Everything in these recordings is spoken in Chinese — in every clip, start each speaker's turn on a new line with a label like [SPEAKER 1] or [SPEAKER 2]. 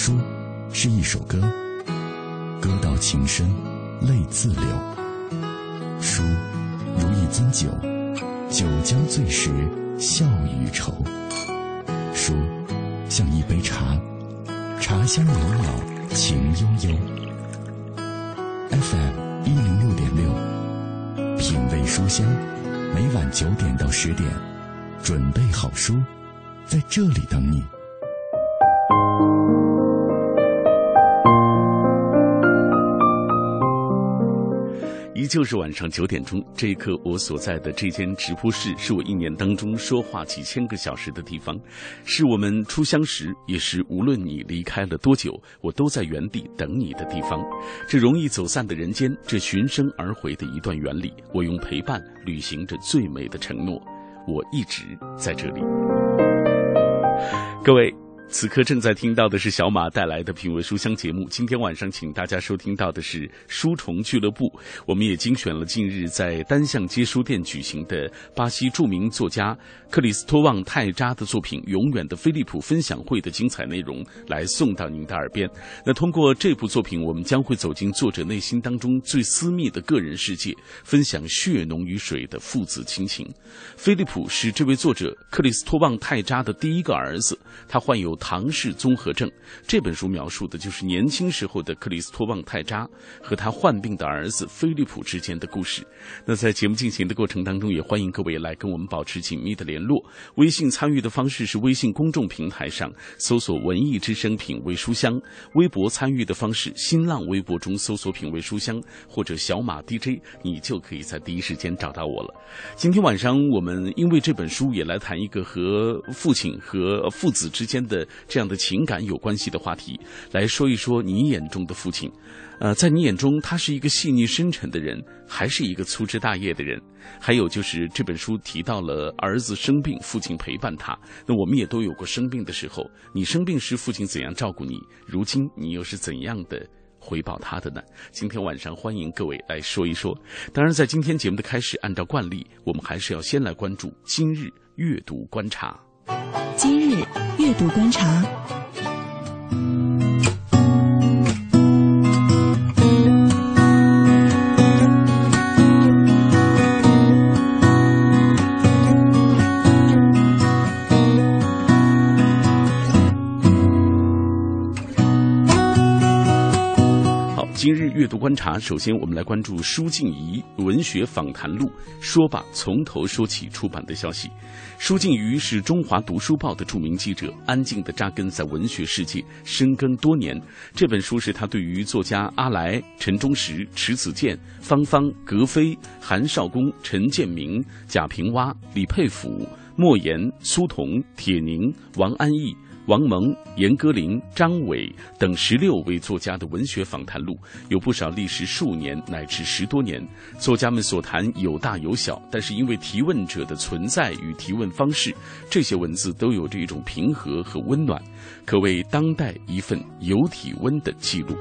[SPEAKER 1] 书是一首歌，歌到情深泪自流。书如一樽酒，酒将醉时笑与愁。书像一杯茶，茶香袅袅情悠悠。FM 106.6，品味书香，每晚9点到10点，准备好书，在这里等你。
[SPEAKER 2] 依旧是晚上9点钟，这一刻我所在的这间直播室是我1年当中说话几千个小时的地方，是我们初相识，也是无论你离开了多久，我都在原地等你的地方。这容易走散的人间，这循声而回的一段原理，我用陪伴履行着最美的承诺，我一直在这里。各位，此刻正在听到的是小马带来的品味书香节目。今天晚上请大家收听到的是书虫俱乐部，我们也精选了近日在单向街书店举行的巴西著名作家克里斯托旺泰扎的作品《永远的菲利普》分享会的精彩内容来送到您的耳边。那通过这部作品，我们将会走进作者内心当中最私密的个人世界，分享血浓于水的父子亲情。菲利普是这位作者克里斯托旺泰扎的第一个儿子，他患有唐氏综合症。这本书描述的就是年轻时候的克里斯托旺泰扎和他患病的儿子菲利普之间的故事。那在节目进行的过程当中，也欢迎各位来跟我们保持紧密的联络。微信参与的方式是微信公众平台上搜索文艺之声品味书香，微博参与的方式新浪微博中搜索品味书香或者小马 DJ， 你就可以在第一时间找到我了。今天晚上我们因为这本书也来谈一个和父亲和父子之间的这样的情感有关系的话题，来说一说你眼中的父亲。在你眼中他是一个细腻深沉的人，还是一个粗枝大叶的人？还有就是这本书提到了儿子生病，父亲陪伴他。那我们也都有过生病的时候，你生病时父亲怎样照顾你？如今你又是怎样的回报他的呢？今天晚上欢迎各位来说一说。当然在今天节目的开始，按照惯例我们还是要先来关注今日阅读观察。
[SPEAKER 3] 今日阅读观察。
[SPEAKER 2] 今日阅读观察，首先我们来关注舒静怡文学访谈录说吧从头说起出版的消息。舒静怡是中华读书报的著名记者，安静地扎根在文学世界，深耕多年。这本书是他对于作家阿来、陈忠实、迟子建、芳芳、格非、韩少功、陈建明、贾平凹、李佩甫、莫言、苏童、铁凝、王安忆、王蒙、严歌苓、张伟等16位作家的文学访谈录，有不少历时数年乃至10多年。作家们所谈有大有小，但是因为提问者的存在与提问方式，这些文字都有着一种平和和温暖，可谓当代一份有体温的记录。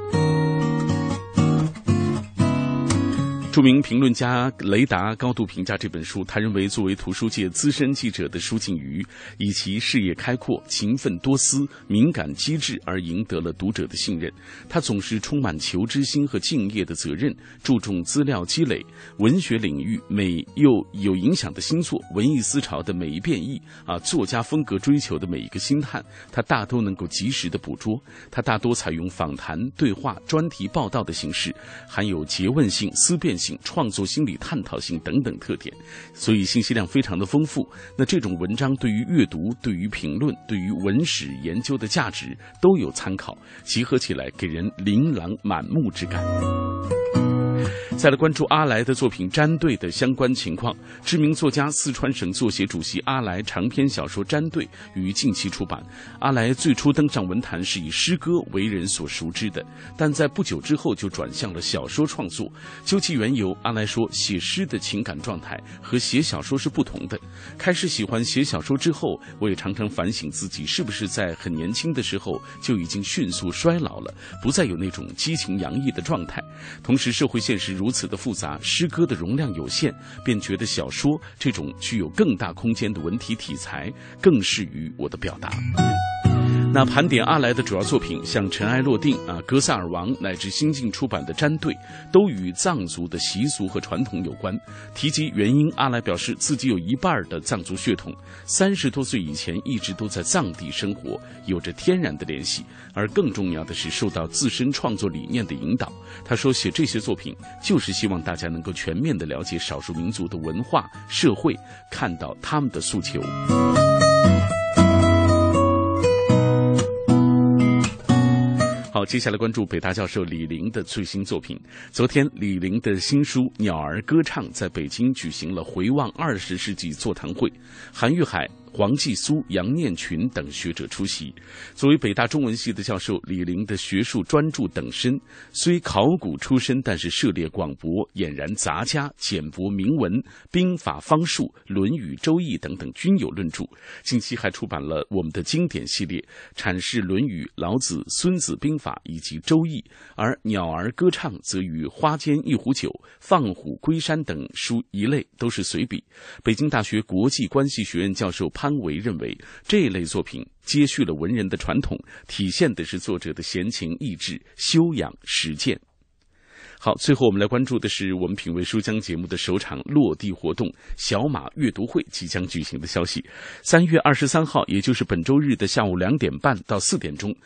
[SPEAKER 2] 著名评论家雷达高度评价这本书，他认为作为图书界资深记者的舒静怡，以其视野开阔、勤奋多思、敏感机智而赢得了读者的信任。他总是充满求知心和敬业的责任，注重资料积累，文学领域每又有影响的新作，文艺思潮的每一变异作家风格追求的每一个星探，他大都能够及时的捕捉。他大多采用访谈、对话、专题报道的形式，含有诘问性、思辨性、创作心理探讨性等等特点，所以信息量非常的丰富。那这种文章对于阅读、对于评论、对于文史研究的价值都有参考，集合起来给人琳琅满目之感。再来关注阿来的作品《粘对》的相关情况。知名作家、四川省作协主席阿来长篇小说《粘对》于近期出版。阿来最初登上文坛是以诗歌为人所熟知的，但在不久之后就转向了小说创作。究其缘由，阿来说写诗的情感状态和写小说是不同的。开始喜欢写小说之后，我也常常反省自己是不是在很年轻的时候就已经迅速衰老了，不再有那种激情洋溢的状态。同时社会现实如此的复杂，诗歌的容量有限，便觉得小说这种具有更大空间的文体题材更适于我的表达。 那盘点阿来的主要作品，像《尘埃落定》啊，《格萨尔王》乃至新晋出版的《战队》，都与藏族的习俗和传统有关。提及原因，阿来表示自己有一半的藏族血统，30多岁以前一直都在藏地生活，有着天然的联系。而更重要的是，受到自身创作理念的引导。他说，写这些作品就是希望大家能够全面地了解少数民族的文化、社会，看到他们的诉求。好，接下来关注北大教授李玲的最新作品。昨天，李玲的新书《鸟儿歌唱》在北京举行了回望20世纪座谈会，韩玉海、黄继苏、杨念群等学者出席。作为北大中文系的教授，李玲的学术专注等身，虽考古出身，但是涉猎广博，俨然杂家，简博铭文、兵法方术、论语、周易等等均有论著。近期还出版了我们的经典系列，阐释论语、老子、孙子兵法以及周易。而鸟儿歌唱则与花间一壶酒、放虎归山等书一类，都是随笔。北京大学国际关系学院教授潘维认为，这一类作品接续了文人的传统，体现的是作者的闲情逸致、修养实践。好，最后我们来关注的是我们品味书香节目的首场落地活动——小马阅读会即将举行的消息。3月23号，也就是本周日的下午2点半到4点钟，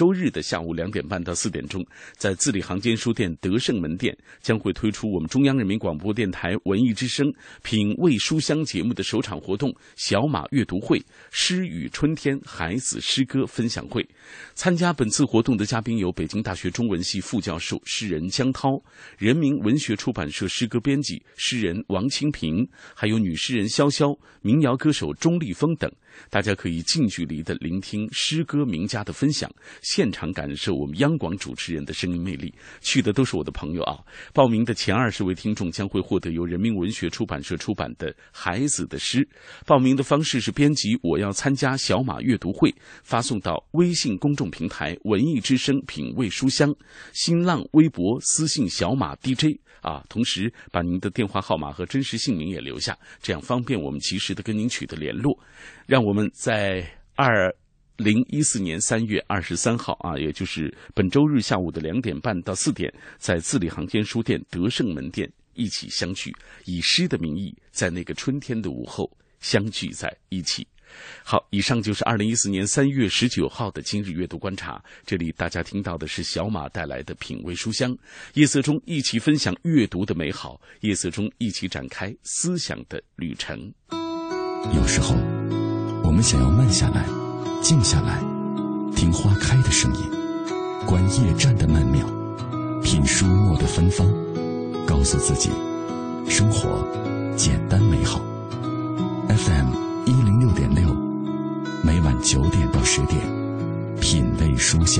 [SPEAKER 2] 在字里行间书店德胜门店将会推出我们中央人民广播电台文艺之声品味书香节目的首场活动——小马阅读会诗与春天孩子诗歌分享会。参加本次活动的嘉宾有北京大学中文系副教授诗人江涛、人民文学出版社诗歌编辑诗人王清平，还有女诗人潇潇、民谣歌手钟立风等。大家可以近距离地聆听诗歌名家的分享，现场感受我们央广主持人的声音魅力。去的都是我的朋友啊！报名的前20位听众将会获得由人民文学出版社出版的《孩子的诗》。报名的方式是编辑"我要参加小马阅读会"，发送到微信公众平台"文艺之声品味书香"、新浪微博私信小马 DJ 啊，同时把您的电话号码和真实姓名也留下，这样方便我们及时的跟您取得联络。让我们在2014年3月23号啊，也就是本周日下午的2点半到4点，在字里行间书店德胜门店一起相聚，以诗的名义，在那个春天的午后相聚在一起。好，以上就是2014年3月19号的今日阅读观察。这里大家听到的是小马带来的品味书香，夜色中一起分享阅读的美好，夜色中一起展开思想的旅程。
[SPEAKER 1] 有时候我们想要慢下来，静下来，听花开的声音，观夜战的曼妙，品书墨的芬芳，告诉自己生活简单美好。 FM 106.6，每晚9点到10点，品味书香。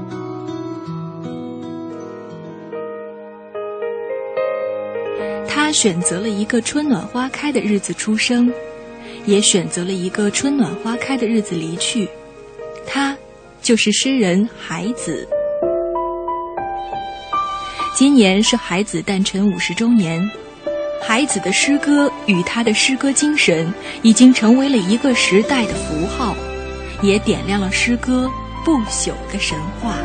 [SPEAKER 3] 他选择了一个春暖花开的日子出生，也选择了一个春暖花开的日子离去。他就是诗人海子。今年是海子诞辰50周年。海子的诗歌与他的诗歌精神已经成为了一个时代的符号，也点亮了诗歌不朽的神话。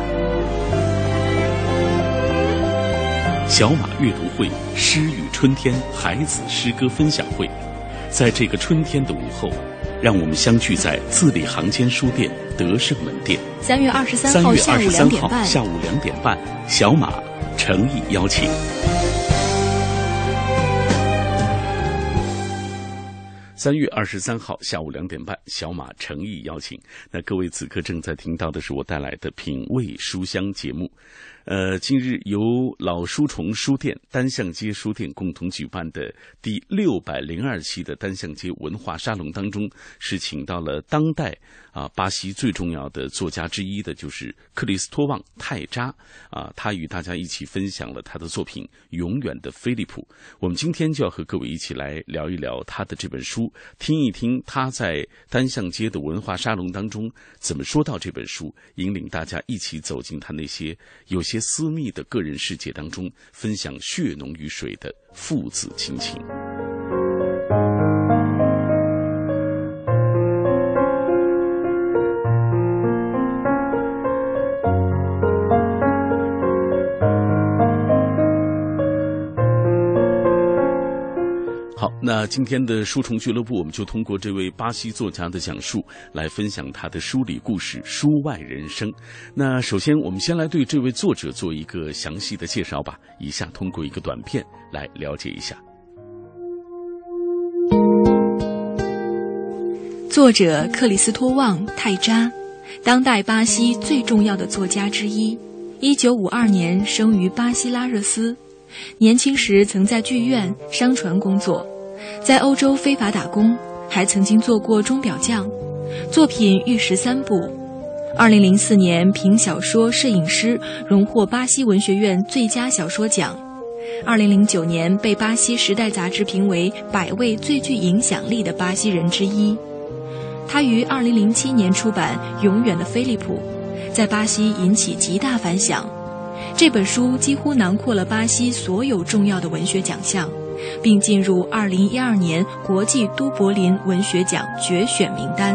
[SPEAKER 2] 小马阅读会诗与春天孩子诗歌分享会，在这个春天的午后，让我们相聚在字里行间书店德胜门店。3月23号下午2点半，小马诚意邀请。3月23号下午2点半，小马诚意邀请。那各位此刻正在听到的是我带来的品味书香节目。今日由老书虫书店、单向街书店共同举办的第602期的单向街文化沙龙当中，是请到了当代巴西最重要的作家之一的，就是克里斯托旺·泰扎他与大家一起分享了他的作品《永远的菲利普》。我们今天就要和各位一起来聊一聊他的这本书，听一听他在单向街的文化沙龙当中怎么说到这本书，引领大家一起走进他那些有些私密的个人世界当中，分享血浓于水的父子亲情。 好，那今天的书虫俱乐部，我们就通过这位巴西作家的讲述，来分享他的书里故事、书外人生。那首先，我们先来对这位作者做一个详细的介绍吧。以下通过一个短片来了解一下。
[SPEAKER 3] 作者克里斯托旺·泰扎，当代巴西最重要的作家之一。1952年生于巴西拉热斯，年轻时曾在剧院、商船工作，在欧洲非法打工，还曾经做过钟表匠，作品逾13部。2004年凭小说《摄影师》荣获巴西文学院最佳小说奖。2009年被巴西《时代》杂志评为100位最具影响力的巴西人之一。他于2007年出版《永远的菲利普》，在巴西引起极大反响。这本书几乎囊括了巴西所有重要的文学奖项，并进入2012年国际都柏林文学奖决选名单。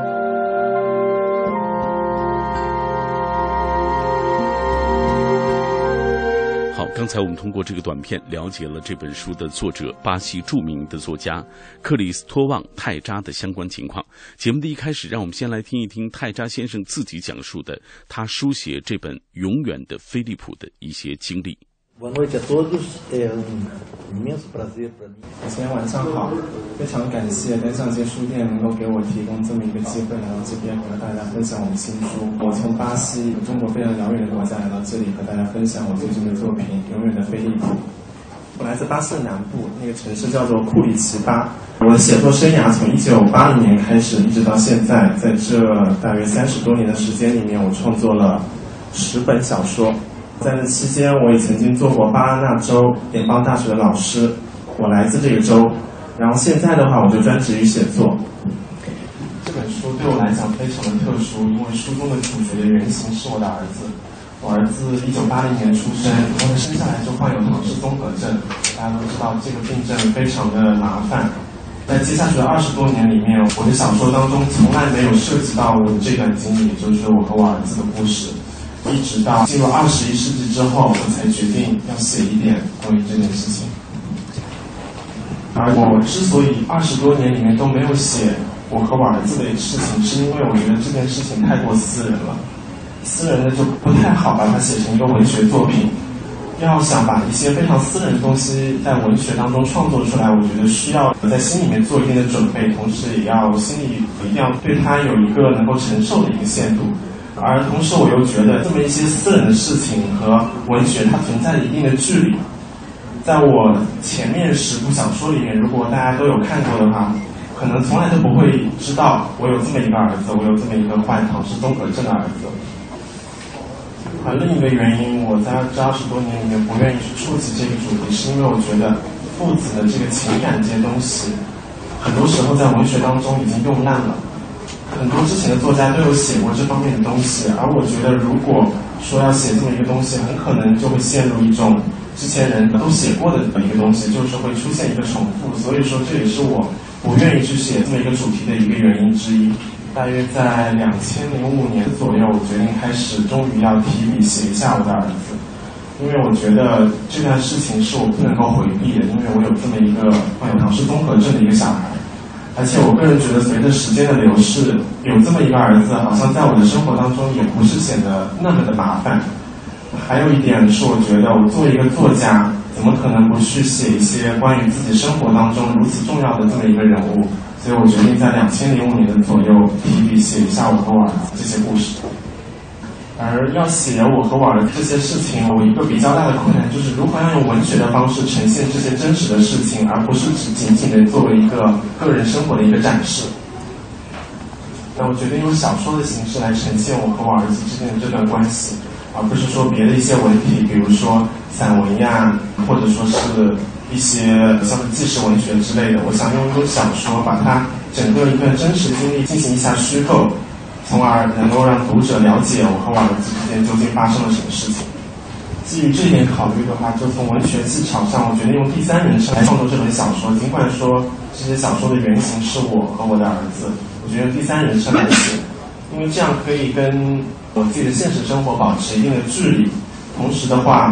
[SPEAKER 2] 好，刚才我们通过这个短片了解了这本书的作者巴西著名的作家克里斯托旺·泰扎的相关情况。节目的一开始，让我们先来听一听泰扎先生自己讲述的他书写这本《永远的菲利普》的一些经历。
[SPEAKER 4] Boa noite a todos. É imenso prazer para mim.
[SPEAKER 5] 今天晚上好，非常感谢单向街书店能够给我提供这么一个机会来到这边和大家分享我的新书。我从巴西，中国非常遥远的国家来到这里和大家分享我最近的作品《永远的菲利普》。我来自巴西的南部，那个城市叫做库里奇巴。我的写作生涯从1980年开始，一直到现在，在这大约30多年的时间里面，我创作了10本小说。在这期间，我也曾经做过巴拉那州联邦大学的老师，我来自这个州。然后现在的话，我就专职于写作。这本书对我来讲非常的特殊，因为书中的主角的原型是我的儿子。我儿子1980年出生，他生下来就患有唐氏综合症。大家都知道这个病症非常的麻烦。在接下去的20多年里面，我的小说当中从来没有涉及到我的这段经历，就是我和我儿子的故事。一直到进入21世纪之后，我才决定要写一点关于这件事情。而我之所以20多年里面都没有写我和我儿子的事情，是因为我觉得这件事情太过私人了，私人的就不太好把它写成一个文学作品。要想把一些非常私人的东西在文学当中创作出来，我觉得需要在心里面做一定的准备，同时也要心里一定要对它有一个能够承受的一个限度。而同时我又觉得这么一些私人的事情和文学它存在着一定的距离。在我前面10部小说里面，如果大家都有看过的话，可能从来都不会知道我有这么一个儿子，我有这么一个患唐氏综合症的儿子。而另一个原因，我在这20多年里面不愿意去触及这个主题，是因为我觉得父子的这个情感这些东西很多时候在文学当中已经用烂了。很多之前的作家都有写过这方面的东西，而我觉得如果说要写这么一个东西，很可能就会陷入一种之前人都写过的一个东西，就是会出现一个重复。所以说这也是我不愿意去写这么一个主题的一个原因之一。大约在2005年左右，我决定开始终于要提笔写一下我的儿子，因为我觉得这段事情是我不能够回避的，因为我有这么一个患有唐氏综合症的一个小孩。而且我个人觉得随着时间的流逝，有这么一个儿子好像在我的生活当中也不是显得那么的麻烦。还有一点是我觉得我作为一个作家，怎么可能不去写一些关于自己生活当中如此重要的这么一个人物，所以我决定在2005年的左右提笔写一下我和我儿子这些故事。而要写我和我儿子这些事情，我一个比较大的困难就是如何要用文学的方式呈现这些真实的事情，而不是只仅仅的作为一个个人生活的一个展示。那我决定用小说的形式来呈现我和我儿子之间的这段关系，而不是说别的一些文体，比如说散文呀，或者说是一些像是纪实文学之类的。我想用一种小说把它整个一段真实经历进行一下虚构，从而能够让读者了解我和我儿子之间究竟发生了什么事情。基于这一点考虑的话，就从文学技巧上，我决定用第三人称来创作这本小说。尽管说这些小说的原型是我和我的儿子，我觉得用第三人称来写，因为这样可以跟我自己的现实生活保持一定的距离，同时的话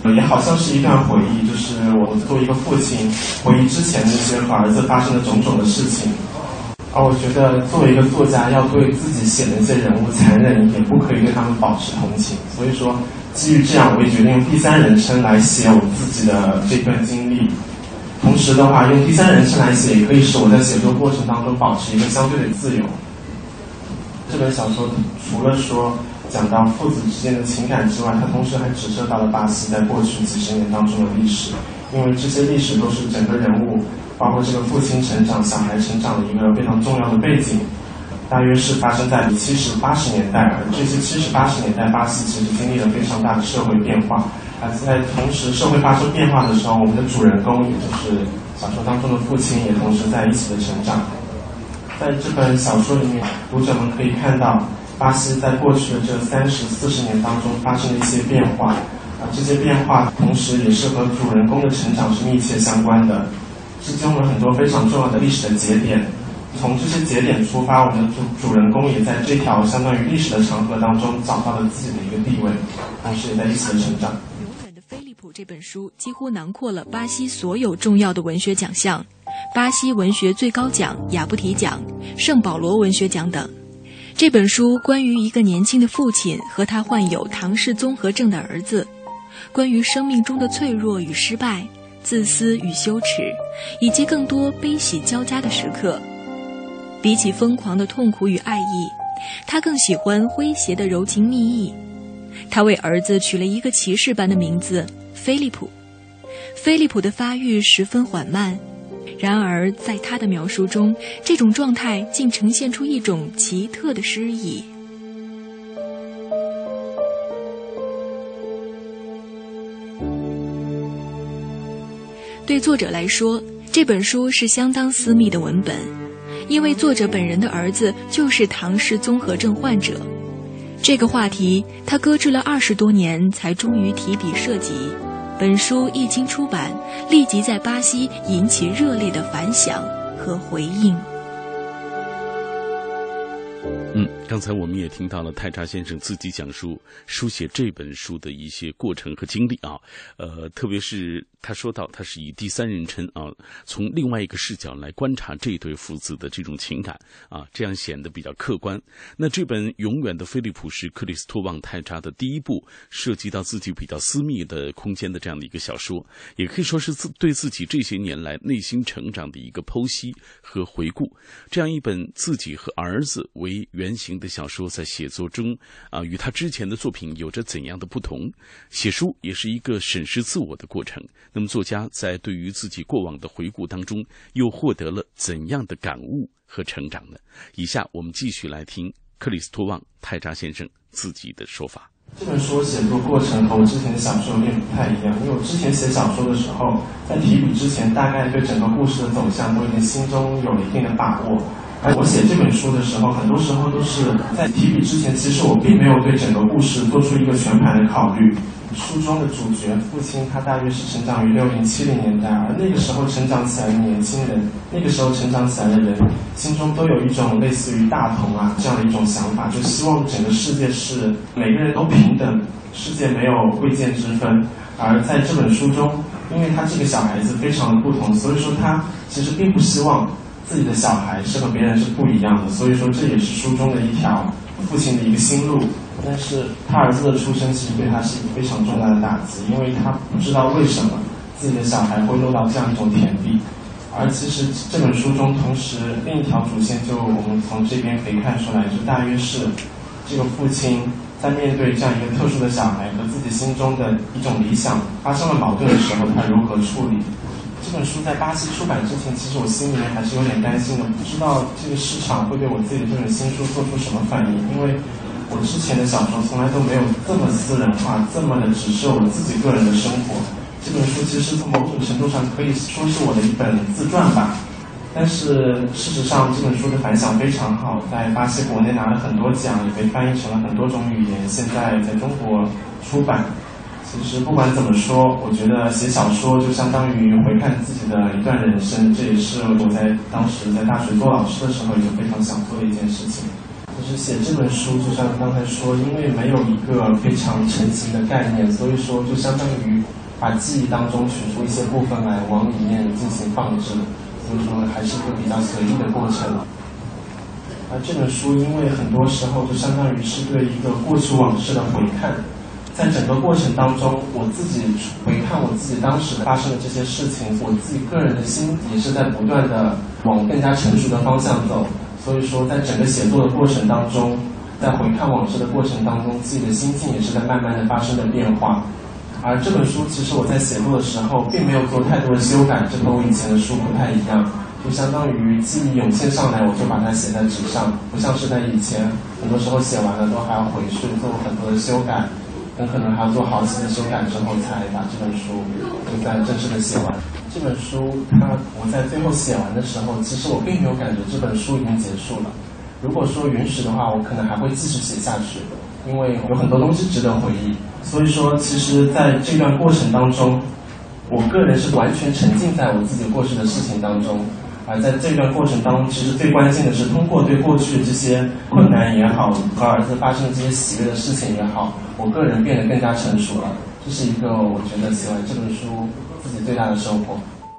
[SPEAKER 5] 也好像是一段回忆，就是我作为一个父亲，回忆之前那些和儿子发生的种种的事情。而我觉得作为一个作家，要对自己写的那些人物残忍一点，不可以对他们保持同情。所以说，基于这样，我也决定用第三人称来写我自己的这段经历。同时的话，用第三人称来写，也可以使我在写作过程当中保持一个相对的自由。这本小说除了说讲到父子之间的情感之外，它同时还指涉到了巴西在过去几十年当中的历史，因为这些历史都是整个人物，包括这个父亲成长、小孩成长的一个非常重要的背景。大约是发生在70、80年代，而这些70、80年代，巴西其实经历了非常大的社会变化。而在同时社会发生变化的时候，我们的主人公，也就是小说当中的父亲，也同时在一起的成长。在这本小说里面，读者们可以看到巴西在过去的这30、40年当中发生的一些变化，这些变化同时也是和主人公的成长是密切相关的，之中有很多非常重要的历史的节点。从这些节点出发，我们的主人公也在这条相当于历史的长河当中找到了自己的一个地位，同时也在一起的成长。
[SPEAKER 3] 永远的菲利普这本书几乎囊括了巴西所有重要的文学奖项，巴西文学最高奖雅布提奖、圣保罗文学奖等。这本书关于一个年轻的父亲和他患有唐氏综合症的儿子，关于生命中的脆弱与失败、自私与羞耻，以及更多悲喜交加的时刻。比起疯狂的痛苦与爱意，他更喜欢诙谐的柔情蜜意。他为儿子取了一个骑士般的名字菲利普。菲利普的发育十分缓慢，然而在他的描述中，这种状态竟呈现出一种奇特的诗意。对作者来说，这本书是相当私密的文本，因为作者本人的儿子就是唐氏综合症患者。这个话题他搁置了20多年才终于提笔涉及。本书一经出版，立即在巴西引起热烈的反响和回应。
[SPEAKER 2] 刚才我们也听到了泰查先生自己讲述书写这本书的一些过程和经历啊，特别是他说到他是以第三人称啊，从另外一个视角来观察这对父子的这种情感啊，这样显得比较客观。那这本《永远的菲利普》是克里斯托旺泰查的第一部涉及到自己比较私密的空间的这样的一个小说，也可以说是对自己这些年来内心成长的一个剖析和回顾。这样一本自己和儿子为原型的小说，在写作中与他之前的作品有着怎样的不同？写书也是一个审视自我的过程。那么作家在对于自己过往的回顾当中，又获得了怎样的感悟和成长呢？以下我们继续来听克里斯托旺泰扎先生自己的说法。
[SPEAKER 5] 这本书写作过程和我之前的小说有点不太一样，因为我之前写小说的时候，在提笔之前，大概对整个故事的走向都已经心中有了一定的把握。而我写这本书的时候，很多时候都是在提笔之前，其实我并没有对整个故事做出一个全盘的考虑。书中的主角父亲，他大约是成长于60、70年代，而那个时候成长起来的年轻人，那个时候成长起来的人，心中都有一种类似于大同啊这样的一种想法，就希望整个世界是每个人都平等，世界没有贵贱之分。而在这本书中，因为他这个小孩子非常的不同，所以说他其实并不希望自己的小孩是和别人是不一样的，所以说这也是书中的一条父亲的一个心路。但是他儿子的出生其实对他是一个非常重大的打击，因为他不知道为什么自己的小孩会落到这样一种田地。而其实这本书中同时另一条主线，就我们从这边可以看出来，就大约是这个父亲在面对这样一个特殊的小孩和自己心中的一种理想发生了矛盾的时候，他如何处理。这本书在巴西出版之前，其实我心里面还是有点担心的，不知道这个市场会对我自己的这本新书做出什么反应，因为我之前的小说从来都没有这么私人化，这么的只是我自己个人的生活。这本书其实从某种程度上可以说是我的一本自传吧，但是事实上这本书的反响非常好，在巴西国内拿了很多奖，也被翻译成了很多种语言，现在在中国出版。其实不管怎么说，我觉得写小说就相当于回看自己的一段人生，这也是我在当时在大学做老师的时候也就非常想做的一件事情。就实写这本书，就像刚才说，因为没有一个非常成型的概念，所以说就相当于把记忆当中取出一些部分来往里面进行放置，所以说还是一个比较随意的过程。而这本书因为很多时候就相当于是对一个过去往事的回看，在整个过程当中，我自己回看我自己当时发生的这些事情，我自己个人的心也是在不断的往更加成熟的方向走。所以说，在整个写作的过程当中，在回看往事的过程当中，自己的心境也是在慢慢的发生的变化。而这本书其实我在写作的时候，并没有做太多的修改，这跟我以前的书不太一样。就相当于记忆涌现上来，我就把它写在纸上，不像是在以前，很多时候写完了都还要回去做很多的修改，很可能还要做好几次修改之后才把这本书就在正式的写完。这本书我在最后写完的时候，其实我并没有感觉这本书已经结束了。如果说允许的话，我可能还会继续写下去，因为有很多东西值得回忆。所以说，其实在这段过程当中，我个人是完全沉浸在我自己过去的事情当中。而在这段过程当中，其实最关键的是通过对过去这些困难也好，和儿子发生的这些喜悦的事情也好，我个人变得更加成熟了。这是一个我觉得写完这本书自己最大的收获。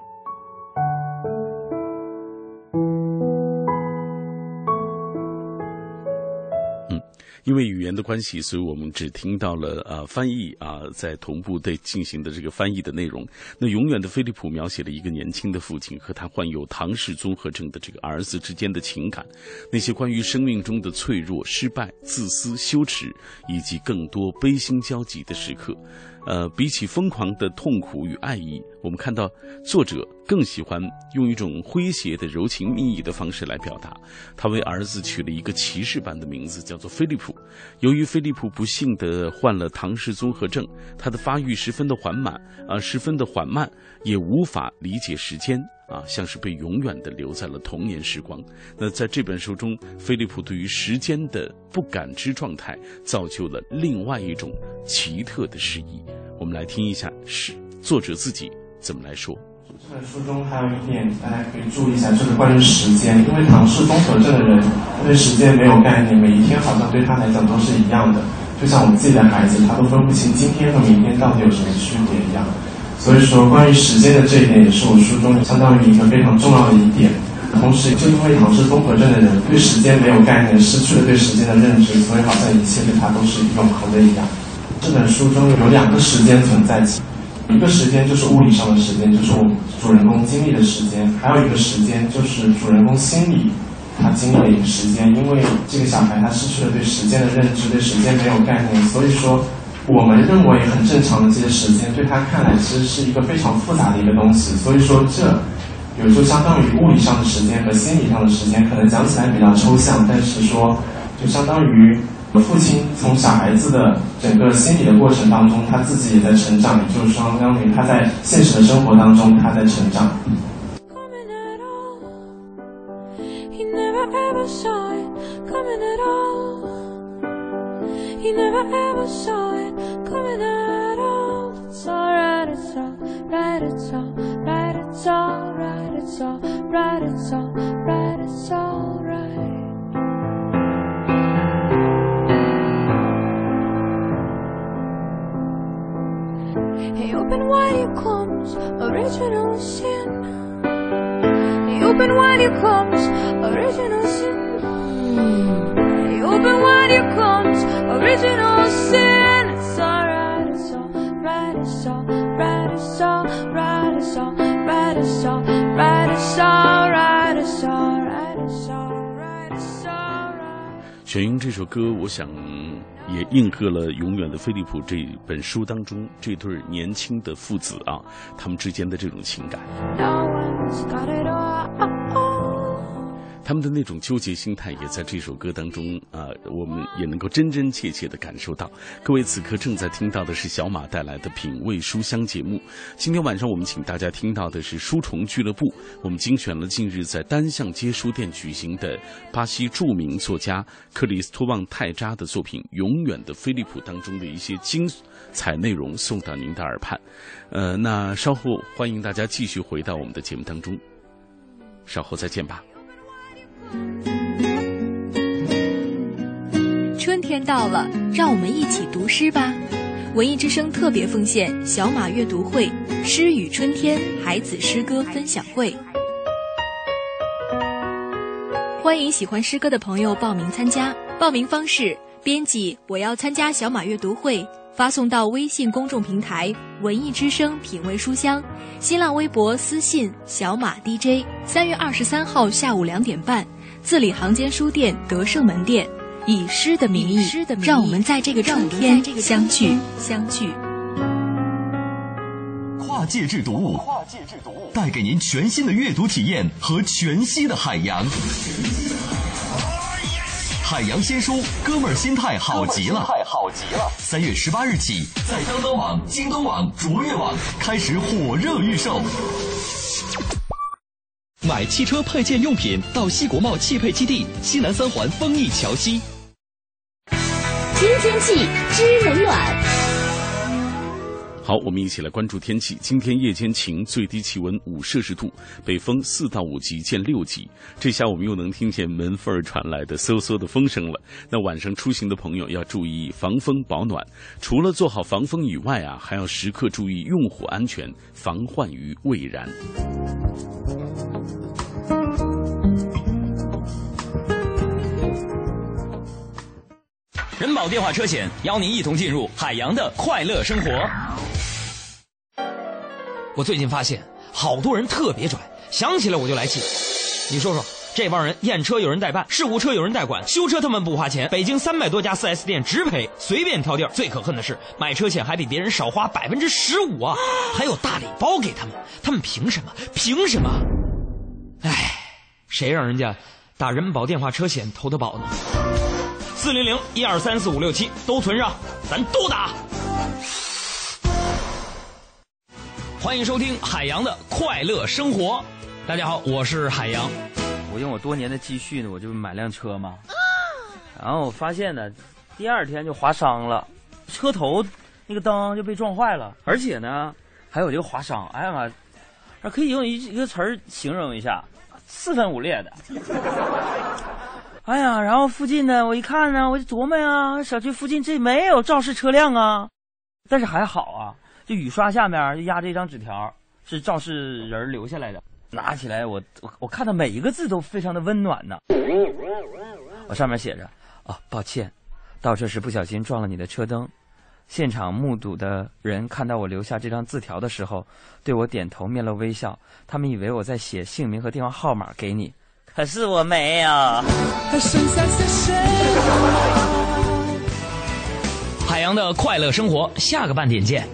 [SPEAKER 2] 因为语言的关系，所以我们只听到了翻译在同步对进行的这个翻译的内容。那永远的菲利普描写了一个年轻的父亲和他患有唐氏综合症的这个儿子之间的情感，那些关于生命中的脆弱、失败、自私、羞耻，以及更多悲心交集的时刻。比起疯狂的痛苦与爱意，我们看到作者更喜欢用一种诙谐的柔情蜜意的方式来表达。他为儿子取了一个骑士般的名字，叫做菲利普。由于菲利普不幸地患了唐氏综合症，他的发育十分的缓慢，也无法理解时间像是被永远地留在了童年时光。那在这本书中，菲利普对于时间的不感知状态，造就了另外一种奇特的诗意。我们来听一下作者自己怎么来说。
[SPEAKER 5] 这本书中还有一点大家可以注意一下，就是关于时间。因为唐氏综合症的人他对时间没有概念，每一天好像对他来讲都是一样的，就像我们自己的孩子，他都分不清今天和明天到底有什么区别一样。所以说关于时间的这一点也是我书中相当于一个非常重要的一点。同时就因为唐氏综合症的人对时间没有概念，失去了对时间的认知，所以好像一切对他都是永恒的一样。这本书中有两个时间存在，一个时间就是物理上的时间，就是我们主人公经历的时间，还有一个时间就是主人公心里他经历的一个时间。因为这个小孩他失去了对时间的认知，对时间没有概念，所以说我们认为很正常的这些时间对他看来其实是一个非常复杂的一个东西。所以说这有就相当于物理上的时间和心理上的时间，可能讲起来比较抽象，但是说就相当于父亲从小孩子的整个心理的过程当中，他自己也在成长，也就是相当于他在现实的生活当中他在成长。
[SPEAKER 6] Hey, open wide your comes, original sin. Hey, open wide your comes, original sin. Hey, open wide your comes, original sin. It's alright, it's alright, it's alright, it's alright, it's alright, it's alright, it's alright, it's alright, it's alright, it's alright.
[SPEAKER 2] 选用这首歌，我想也应和了《永远的菲利普》这本书当中这对年轻的父子他们之间的这种情感。他们的那种纠结心态也在这首歌当中我们也能够真真切切地感受到。各位此刻正在听到的是小马带来的品味书香节目。今天晚上我们请大家听到的是书虫俱乐部，我们精选了近日在单向街书店举行的巴西著名作家克里斯托旺泰扎的作品《永远的菲利普》当中的一些精彩内容送到您的耳畔。那稍后欢迎大家继续回到我们的节目当中，稍后再见吧。
[SPEAKER 3] 天到了，让我们一起读诗吧。文艺之声特别奉献小马阅读会诗与春天孩子诗歌分享会，欢迎喜欢诗歌的朋友报名参加。报名方式：编辑我要参加小马阅读会，发送到微信公众平台文艺之声品味书香，新浪微博私信小马 DJ。3月23号下午2点半，字里行间书店德胜门店，以诗的名义，让我们在这个春天相聚。
[SPEAKER 1] 跨界制读物，带给您全新的阅读体验和全息的海洋。海洋新书，哥们儿心态好极了！3月18日起，在当当网、京东网、卓越网开始火热预售。买汽车配件用品到西国贸汽配基地西南3环丰益桥西。
[SPEAKER 7] 听天气知冷暖。
[SPEAKER 2] 好，我们一起来关注天气。今天夜间晴，最低气温5摄氏度，北风4到5级见6级。这下我们又能听见门缝传来的嗖嗖的风声了。那晚上出行的朋友要注意防风保暖，除了做好防风以外啊，还要时刻注意用火安全，防患于未然。
[SPEAKER 8] 人保电话车险邀您一同进入海洋的快乐生活。我最近发现好多人特别拽，想起来我就来气。你说说，这帮人验车有人代办，事故车有人代管，修车他们不花钱，北京300多家 4S 店直赔，随便挑地儿。最可恨的是买车险还比别人少花15%啊，还有大礼包给他们凭什么？哎，谁让人家打人保电话车险投的保呢？400-1234567都存上，咱都打。欢迎收听海洋的快乐生活。大家好，我是海洋。
[SPEAKER 9] 我用我多年的积蓄呢，我就买辆车嘛。然后我发现呢，第2天就划伤了，车头那个灯就被撞坏了，而且呢还有这个划伤。哎呀妈，可以用一个词儿形容一下，4分5裂的。哎呀，然后附近呢，我一看呢，我就琢磨呀，小区附近这没有肇事车辆啊，但是还好啊，就雨刷下面就压着一张纸条，是肇事人留下来的。拿起来我看到每一个字都非常的温暖呢。我上面写着抱歉，倒车时不小心撞了你的车灯。现场目睹的人看到我留下这张字条的时候，对我点头面露微笑，他们以为我在写姓名和电话号码给你。可是我没有。
[SPEAKER 8] 海洋的快乐生活，下个半点见。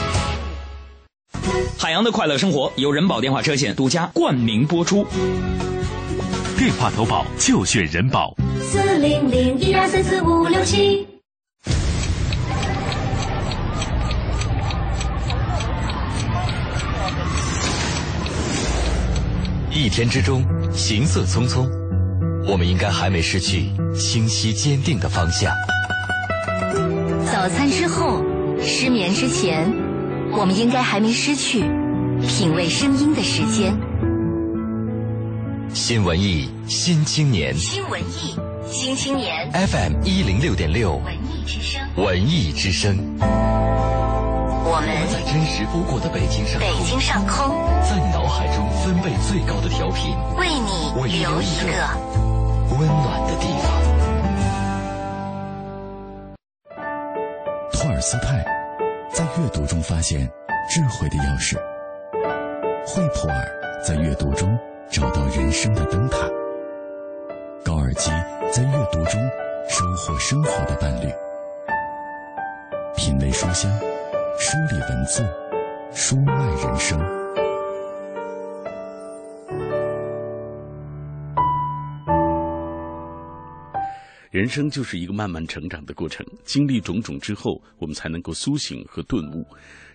[SPEAKER 8] 海洋的快乐生活由人保电话车险独家冠名播出。
[SPEAKER 1] 电话投保就选人保。
[SPEAKER 7] 400-1234567。
[SPEAKER 1] 一天之中，行色匆匆，我们应该还没失去清晰坚定的方向。
[SPEAKER 7] 早餐之后，失眠之前，我们应该还没失去品味声音的时间。
[SPEAKER 1] 新文艺新青年，
[SPEAKER 7] 新文艺新青年
[SPEAKER 1] FM 106.6
[SPEAKER 7] 文艺之声，
[SPEAKER 1] 文艺之声。
[SPEAKER 7] 我们
[SPEAKER 1] 在真实不过的北京上空，在你脑海中分贝最高的调频，
[SPEAKER 7] 为你留一个
[SPEAKER 1] 温暖的地方。托尔斯泰在阅读中发现智慧的钥匙，惠普尔在阅读中找到人生的灯塔，高尔基在阅读中收获生活的伴侣。品味书香，梳理文字，书卖人生。
[SPEAKER 2] 人生就是一个慢慢成长的过程，经历种种之后，我们才能够苏醒和顿悟。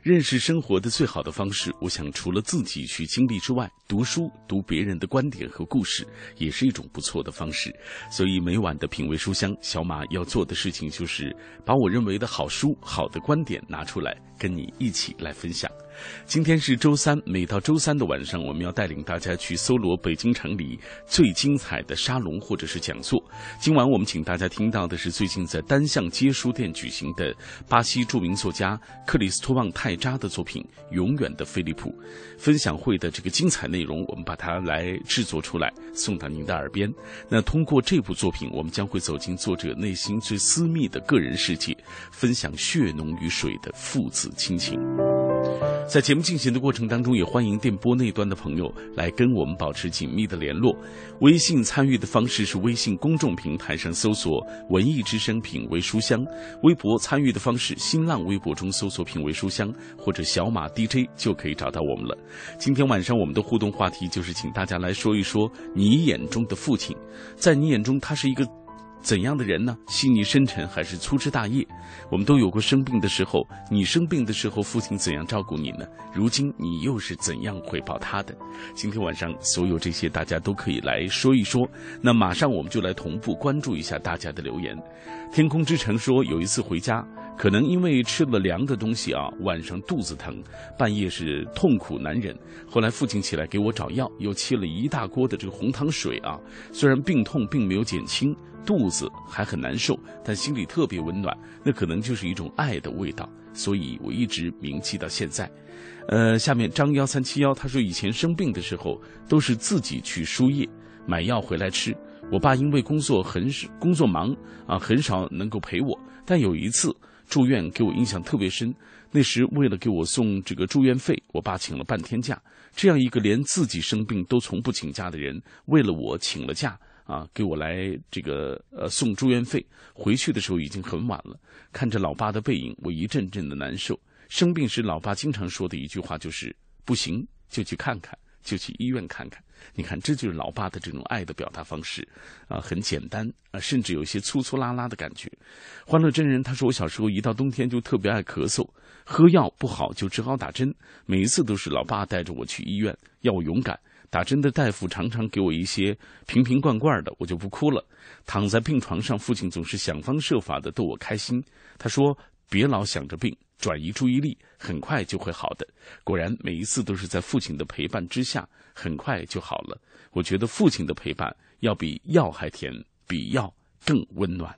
[SPEAKER 2] 认识生活的最好的方式，我想除了自己去经历之外，读书读别人的观点和故事也是一种不错的方式。所以每晚的品味书香，小马要做的事情就是把我认为的好书、好的观点拿出来跟你一起来分享。今天是周三，每到周三的晚上，我们要带领大家去搜罗北京城里最精彩的沙龙或者是讲座。今晚我们请大家听到的是最近在单向街书店举行的巴西著名作家克里斯托旺泰扎的作品《永远的菲利普》分享会的这个精彩内容，我们把它来制作出来送到您的耳边。那通过这部作品，我们将会走进作者内心最私密的个人世界，分享血浓于水的父子亲情。在节目进行的过程当中，也欢迎电波那端的朋友来跟我们保持紧密的联络。微信参与的方式是微信公众平台上搜索文艺之声品味书香，微博参与的方式新浪微博中搜索品味书香或者小马 DJ 就可以找到我们了。今天晚上我们的互动话题就是请大家来说一说你眼中的父亲，在你眼中他是一个怎样的人呢？细腻深沉还是粗枝大叶？我们都有过生病的时候，你生病的时候父亲怎样照顾你呢？如今你又是怎样回报他的？今天晚上所有这些大家都可以来说一说。那马上我们就来同步关注一下大家的留言。天空之城说，有一次回家，可能因为吃了凉的东西啊，晚上肚子疼，半夜是痛苦难忍。后来父亲起来给我找药，又沏了一大锅的这个红糖水啊。虽然病痛并没有减轻，肚子还很难受，但心里特别温暖，那可能就是一种爱的味道，所以我一直铭记到现在。下面张1371他说，以前生病的时候都是自己去输液买药回来吃，我爸因为工作忙啊，很少能够陪我，但有一次住院给我印象特别深。那时为了给我送这个住院费，我爸请了半天假。这样一个连自己生病都从不请假的人，为了我请了假啊，给我来这个送住院费。回去的时候已经很晚了，看着老爸的背影，我一阵阵的难受。生病时老爸经常说的一句话就是不行就去看看，就去医院看看。你看，这就是老爸的这种爱的表达方式啊，很简单啊，甚至有一些粗粗拉拉的感觉。欢乐真人他说，我小时候一到冬天就特别爱咳嗽，喝药不好就只好打针，每一次都是老爸带着我去医院，要我勇敢。打针的大夫常常给我一些瓶瓶罐罐的，我就不哭了。躺在病床上，父亲总是想方设法的逗我开心。他说，别老想着病，转移注意力，很快就会好的。果然每一次都是在父亲的陪伴之下，很快就好了。我觉得父亲的陪伴要比药还甜，比药更温暖。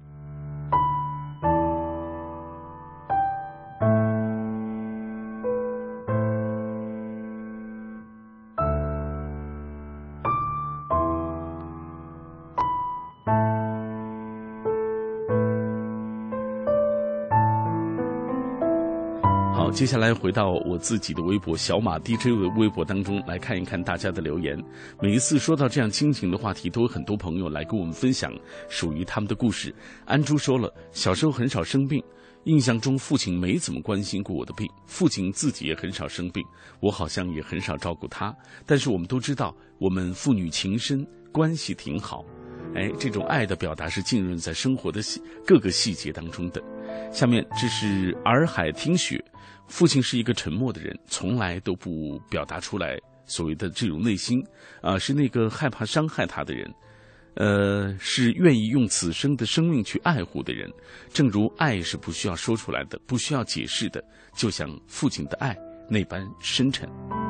[SPEAKER 2] 接下来回到我自己的微博小马 DJ 的微博当中来看一看大家的留言。每一次说到这样亲情的话题，都有很多朋友来跟我们分享属于他们的故事。安珠说了，小时候很少生病，印象中父亲没怎么关心过我的病，父亲自己也很少生病，我好像也很少照顾他。但是我们都知道，我们父女情深，关系挺好。这种爱的表达是浸润在生活的各个细节当中的。下面这是洱海听雪，父亲是一个沉默的人，从来都不表达出来所谓的这种内心是那个害怕伤害他的人，是愿意用此生的生命去爱护的人。正如爱是不需要说出来的，不需要解释的，就像父亲的爱那般深沉。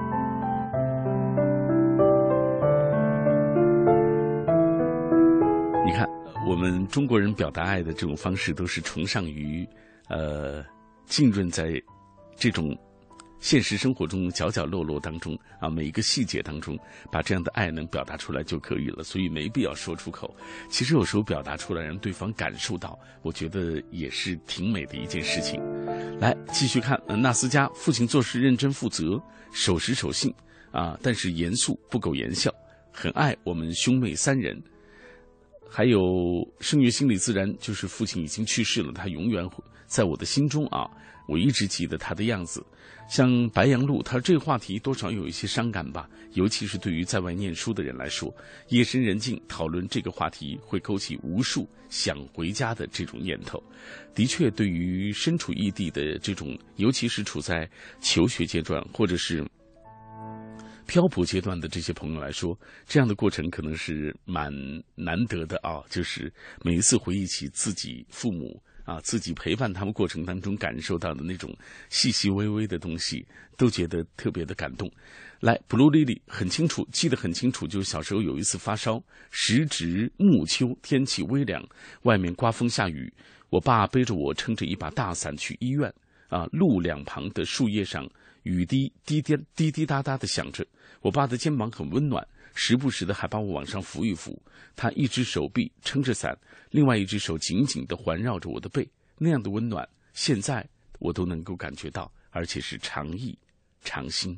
[SPEAKER 2] 你看，我们中国人表达爱的这种方式都是崇尚于浸润在这种现实生活中角角落落当中啊，每一个细节当中，把这样的爱能表达出来就可以了，所以没必要说出口。其实有时候表达出来让对方感受到，我觉得也是挺美的一件事情。来继续看纳斯加，父亲做事认真负责，守时守信啊，但是严肃不苟言笑，很爱我们兄妹三人。还有圣月心理自然，就是父亲已经去世了，他永远在我的心中啊， 我一直记得他的样子。像白杨路，他这个话题多少有一些伤感吧，尤其是对于在外念书的人来说，夜深人静讨论这个话题，会勾起无数想回家的这种念头。的确，对于身处异地的这种，尤其是处在求学阶段或者是漂泊阶段的这些朋友来说，这样的过程可能是蛮难得的啊！就是每一次回忆起自己父母自己陪伴他们过程当中感受到的那种细细微微的东西，都觉得特别的感动。来 ，Blue Lily 很清楚，记得很清楚，就是小时候有一次发烧，时值暮秋，天气微凉，外面刮风下雨，我爸背着我撑着一把大伞去医院。路两旁的树叶上，雨滴滴滴答答的响着，我爸的肩膀很温暖，时不时的还把我往上扶一扶。他一只手臂撑着伞，另外一只手紧紧地环绕着我的背，那样的温暖，现在我都能够感觉到，而且是常意常新。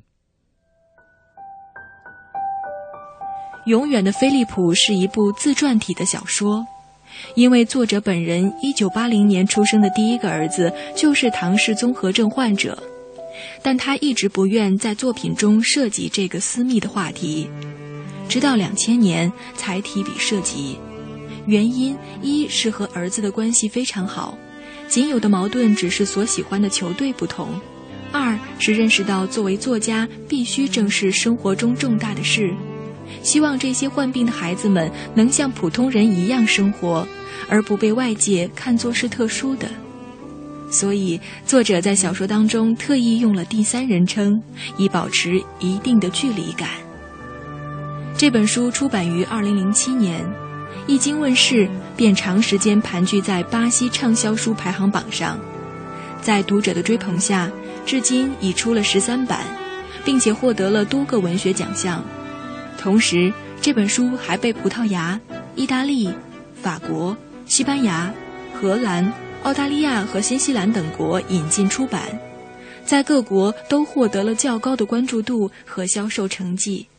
[SPEAKER 3] 永远的飞利浦是一部自传体的小说，因为作者本人1980年出生的第一个儿子就是唐氏综合症患者，但他一直不愿在作品中涉及这个私密的话题，直到2000年才提笔涉及。原因一是和儿子的关系非常好，仅有的矛盾只是所喜欢的球队不同；二是认识到作为作家必须正视生活中重大的事，希望这些患病的孩子们能像普通人一样生活，而不被外界看作是特殊的。所以作者在小说当中特意用了第三人称，以保持一定的距离感。这本书出版于2007年，一经问世便长时间盘踞在巴西畅销书排行榜上，在读者的追捧下，至今已出了13版，并且获得了多个文学奖项。同时这本书还被葡萄牙、意大利、法国、西班牙、荷兰、澳大利亚和新西兰等国引进出版，在各国都获得了较高的关注度和销售成绩。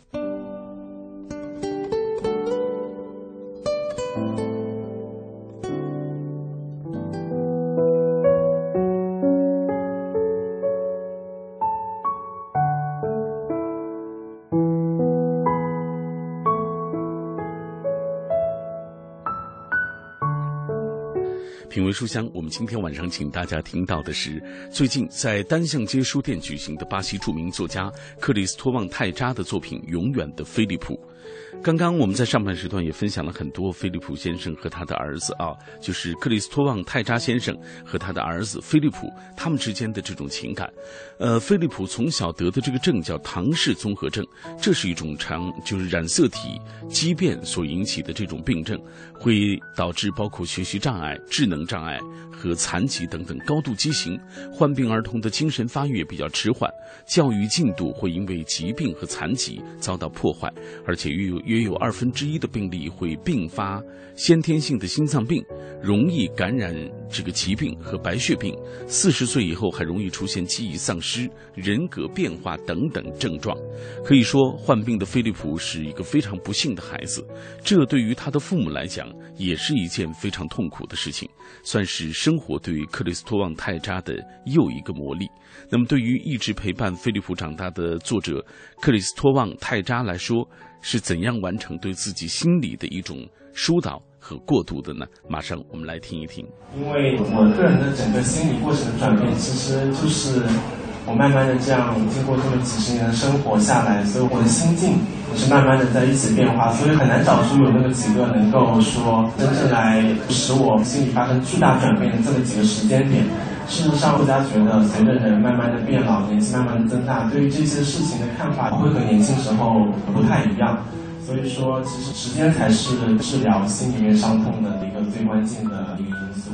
[SPEAKER 2] 品味书香，我们今天晚上请大家听到的是最近在单向街书店举行的巴西著名作家克里斯托旺泰扎的作品《永远的飞利浦》。刚刚我们在上半时段也分享了很多飞利浦先生和他的儿子就是克里斯托旺泰扎先生和他的儿子飞利浦他们之间的这种情感。飞利浦从小得的这个症叫唐氏综合症，这是一种就是染色体畸变所引起的这种病症，会导致包括学习障碍、智能障碍和残疾等等高度畸形。患病儿童的精神发育也比较迟缓，教育进度会因为疾病和残疾遭到破坏，而且约有1/2的病例会并发先天性的心脏病，容易感染这个疾病和白血病。40岁以后还容易出现记忆丧失、人格变化等等症状。可以说，患病的飞利浦是一个非常不幸的孩子，这对于他的父母来讲也是一件非常痛苦的事情，算是生活对于克里斯托旺泰扎的又一个磨砺。那么对于一直陪伴飞利浦长大的作者克里斯托旺泰扎来说，是怎样完成对自己心理的一种疏导和过渡的呢？马上我们来听一听。
[SPEAKER 5] 因为我个人的整个心理过程的转变，其实就是我慢慢的这样经过这么几十年的生活下来，所以我的心境也是慢慢的在一起变化，所以很难找出有那么几个能够说真正来使我心里发生巨大转变的这么几个时间点。事实上，大家觉得随着人慢慢的变老，年纪慢慢的增大，对于这些事情的看法会和年轻时候不太一样。所以说，其实时间才是治疗心里面伤痛的一个最关键的一个因素。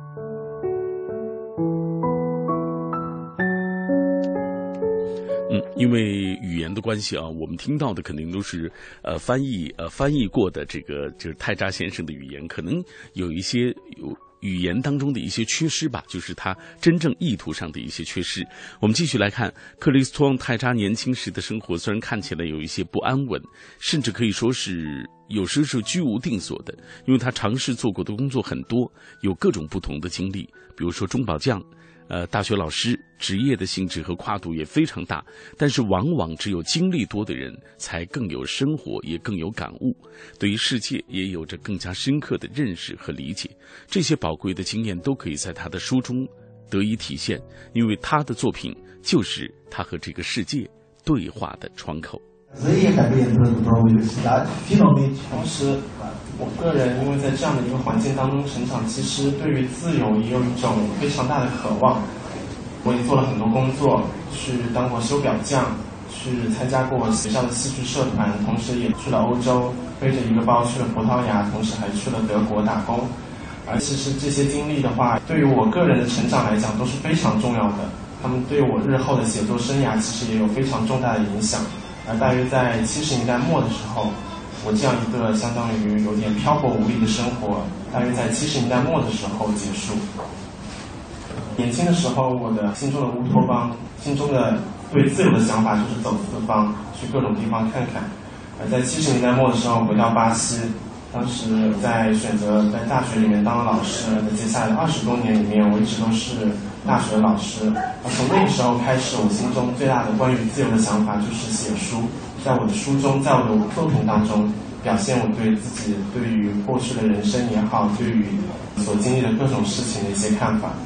[SPEAKER 2] 因为语言的关系我们听到的肯定都是翻译过的这个就是泰扎先生的语言，可能有一些语言当中的一些缺失吧，就是他真正意图上的一些缺失。我们继续来看克里斯托旺泰扎年轻时的生活，虽然看起来有一些不安稳，甚至可以说是有时是居无定所的，因为他尝试做过的工作很多，有各种不同的经历，比如说钟宝匠、 大学老师职业的性质和跨度也非常大，但是往往只有经历多的人才更有生活，也更有感悟，对于世界也有着更加深刻的认识和理解。这些宝贵的经验都可以在他的书中得以体现，因为他的作品就是他和这个世界对话的窗口。
[SPEAKER 5] 同时，我个人因为在这样的一个环境当中成长，其实对于自由也有一种非常大的渴望。我也做了很多工作，去当过修表匠，去参加过学校的戏剧社团，同时也去了欧洲，背着一个包去了葡萄牙，同时还去了德国打工。而其实这些经历的话，对于我个人的成长来讲都是非常重要的，他们对我日后的写作生涯其实也有非常重大的影响。而大约在70年代末的时候，我这样一个相当于有点漂泊无力的生活，大约在70年代末的时候结束。年轻的时候，我的心中的乌托邦，心中的对自由的想法就是走四方，去各种地方看看。而在70年代末的时候回到巴西，当时在选择在大学里面当老师，在接下来的20多年里面，我一直都是大学的老师。而从那个时候开始，我心中最大的关于自由的想法就是写书，在我的书中，在我的作品当中表现我对自己对于过去的人生也好，对于所经历的各种事情的一些看法。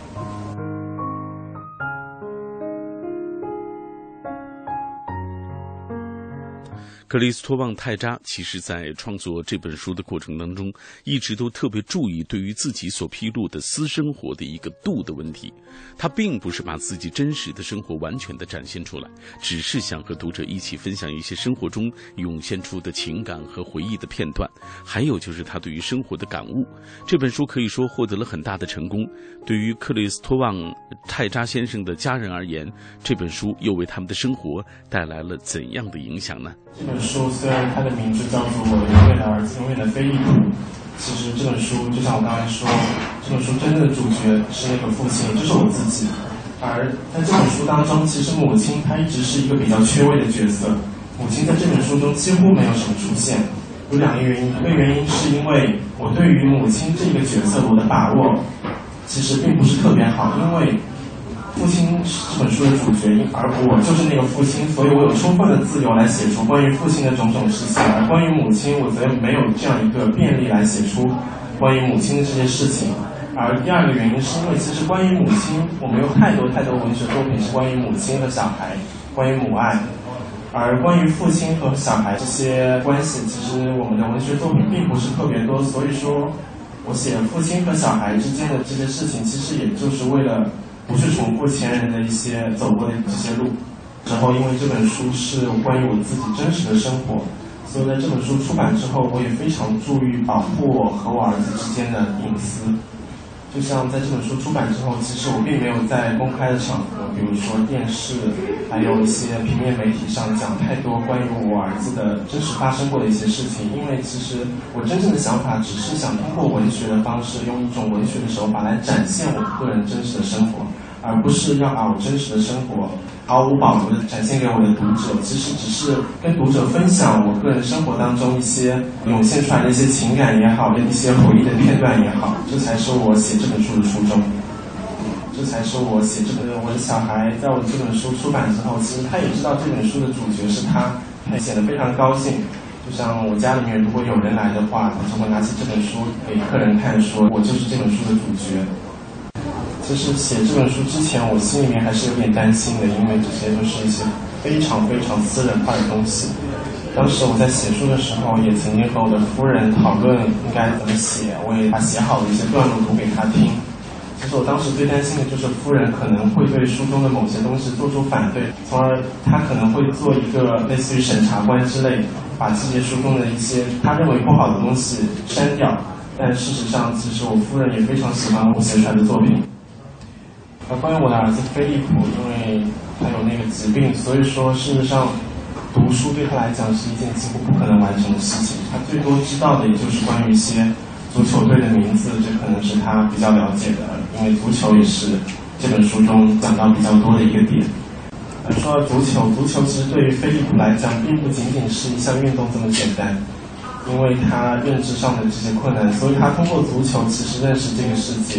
[SPEAKER 2] 克里斯托旺·泰扎其实在创作这本书的过程当中，一直都特别注意对于自己所披露的私生活的一个度的问题。他并不是把自己真实的生活完全的展现出来，只是想和读者一起分享一些生活中涌现出的情感和回忆的片段，还有就是他对于生活的感悟。这本书可以说获得了很大的成功。对于克里斯托旺·泰扎先生的家人而言，这本书又为他们的生活带来了怎样的影响呢？
[SPEAKER 5] 这本书虽然它的名字叫做《我的永远的儿子，永远的菲利普》，其实这本书就像我刚才说，这本书真正的主角是那个父亲，也就是我自己。而在这本书当中，其实母亲她一直是一个比较缺位的角色，母亲在这本书中几乎没有什么出现。有2个原因，一个原因是因为我对于母亲这个角色我的把握其实并不是特别好，因为父亲是这本书的主角，而我就是那个父亲，所以我有充分的自由来写出关于父亲的种种事情，而关于母亲我则没有这样一个便利来写出关于母亲的这些事情。而第2个原因是因为其实关于母亲我们有太多文学作品是关于母亲和小孩，关于母爱，而关于父亲和小孩这些关系，其实我们的文学作品并不是特别多，所以说我写父亲和小孩之间的这些事情，其实也就是为了不去重复前人的一些走过的这些路。之后因为这本书是关于我自己真实的生活，所以在这本书出版之后，我也非常注意保护我和我儿子之间的隐私。就像在这本书出版之后，其实我并没有在公开的场合，比如说电视，还有一些平面媒体上讲太多关于我儿子的真实发生过的一些事情，因为其实我真正的想法只是想通过文学的方式，用一种文学的手法来展现我个人真实的生活，而不是要把我真实的生活毫无保留的展现给我的读者，其实只是跟读者分享我个人生活当中一些涌现出来的一些情感也好，一些回忆的片段也好，这才是我写这本书的初衷。这才是我写这本我的小孩在我这本书出版之后，其实他也知道这本书的主角是他也显得非常高兴。就像我家里面如果有人来的话，他就会拿起这本书给客人看，说我就是这本书的主角。其实写这本书之前，我心里面还是有点担心的，因为这些都是一些非常私人化的东西。当时我在写书的时候，也曾经和我的夫人讨论应该怎么写，我也把写好的一些段落读给她听。其实我当时最担心的就是夫人可能会对书中的某些东西做出反对，从而她可能会做一个类似于审查官之类，把这些书中的一些她认为不好的东西删掉。但事实上，其实我夫人也非常喜欢我写出来的作品。而关于我的儿子菲利普，因为他有那个疾病，所以说事实上读书对他来讲是一件几乎不可能完成的事情。他最多知道的也就是关于一些足球队的名字，这可能是他比较了解的，因为足球也是这本书中讲到比较多的一个点。说到足球其实对于菲利普来讲，并不仅仅是一项运动这么简单，因为他认知上的这些困难，所以他通过足球其实认识这个世界。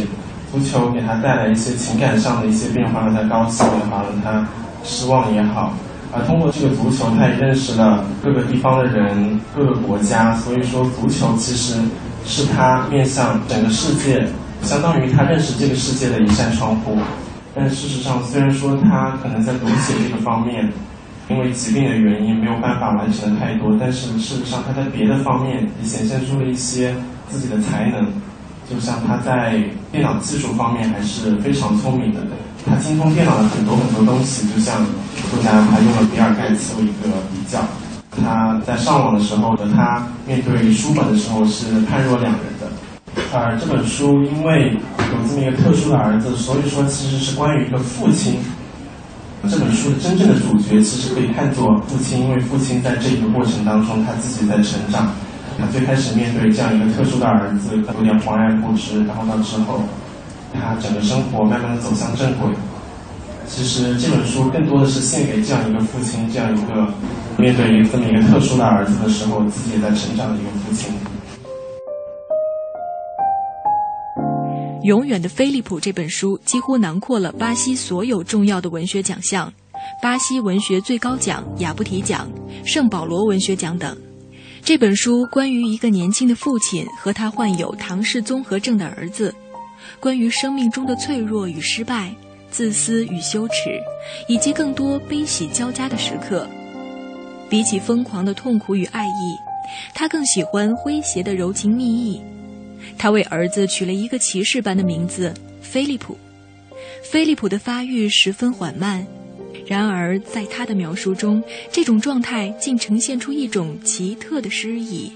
[SPEAKER 5] 足球给他带来一些情感上的一些变化，让他高兴也好，让他失望也好。而通过这个足球，他也认识了各个地方的人、各个国家。所以说，足球其实是他面向整个世界，相当于他认识这个世界的一扇窗户。但事实上，虽然说他可能在读写这个方面，因为疾病的原因没有办法完成的太多，但是事实上他在别的方面也显现出了一些自己的才能。就像他在电脑技术方面还是非常聪明的，他精通电脑的很多东西，就像作家他用了比尔盖茨为一个比较，他在上网的时候和他面对书本的时候是判若两人的。而这本书因为有这么一个特殊的儿子，所以说其实是关于一个父亲。这本书的真正的主角其实可以看作父亲，因为父亲在这个过程当中他自己在成长。他最开始面对这样一个特殊的儿子，有点惶然不知，然后到之后，他整个生活慢慢的走向正轨。其实这本书更多的是献给这样一个父亲，这样一个面对这么一个特殊的儿子的时候，自己也在成长的一个父亲。
[SPEAKER 3] 永远的菲利普这本书几乎囊括了巴西所有重要的文学奖项，巴西文学最高奖雅布提奖、圣保罗文学奖等。这本书关于一个年轻的父亲和他患有唐氏综合症的儿子，关于生命中的脆弱与失败、自私与羞耻，以及更多悲喜交加的时刻。比起疯狂的痛苦与爱意，他更喜欢诙谐的柔情蜜意。他为儿子取了一个骑士般的名字菲利普。菲利普的发育十分缓慢，然而在他的描述中，这种状态竟呈现出一种奇特的诗意。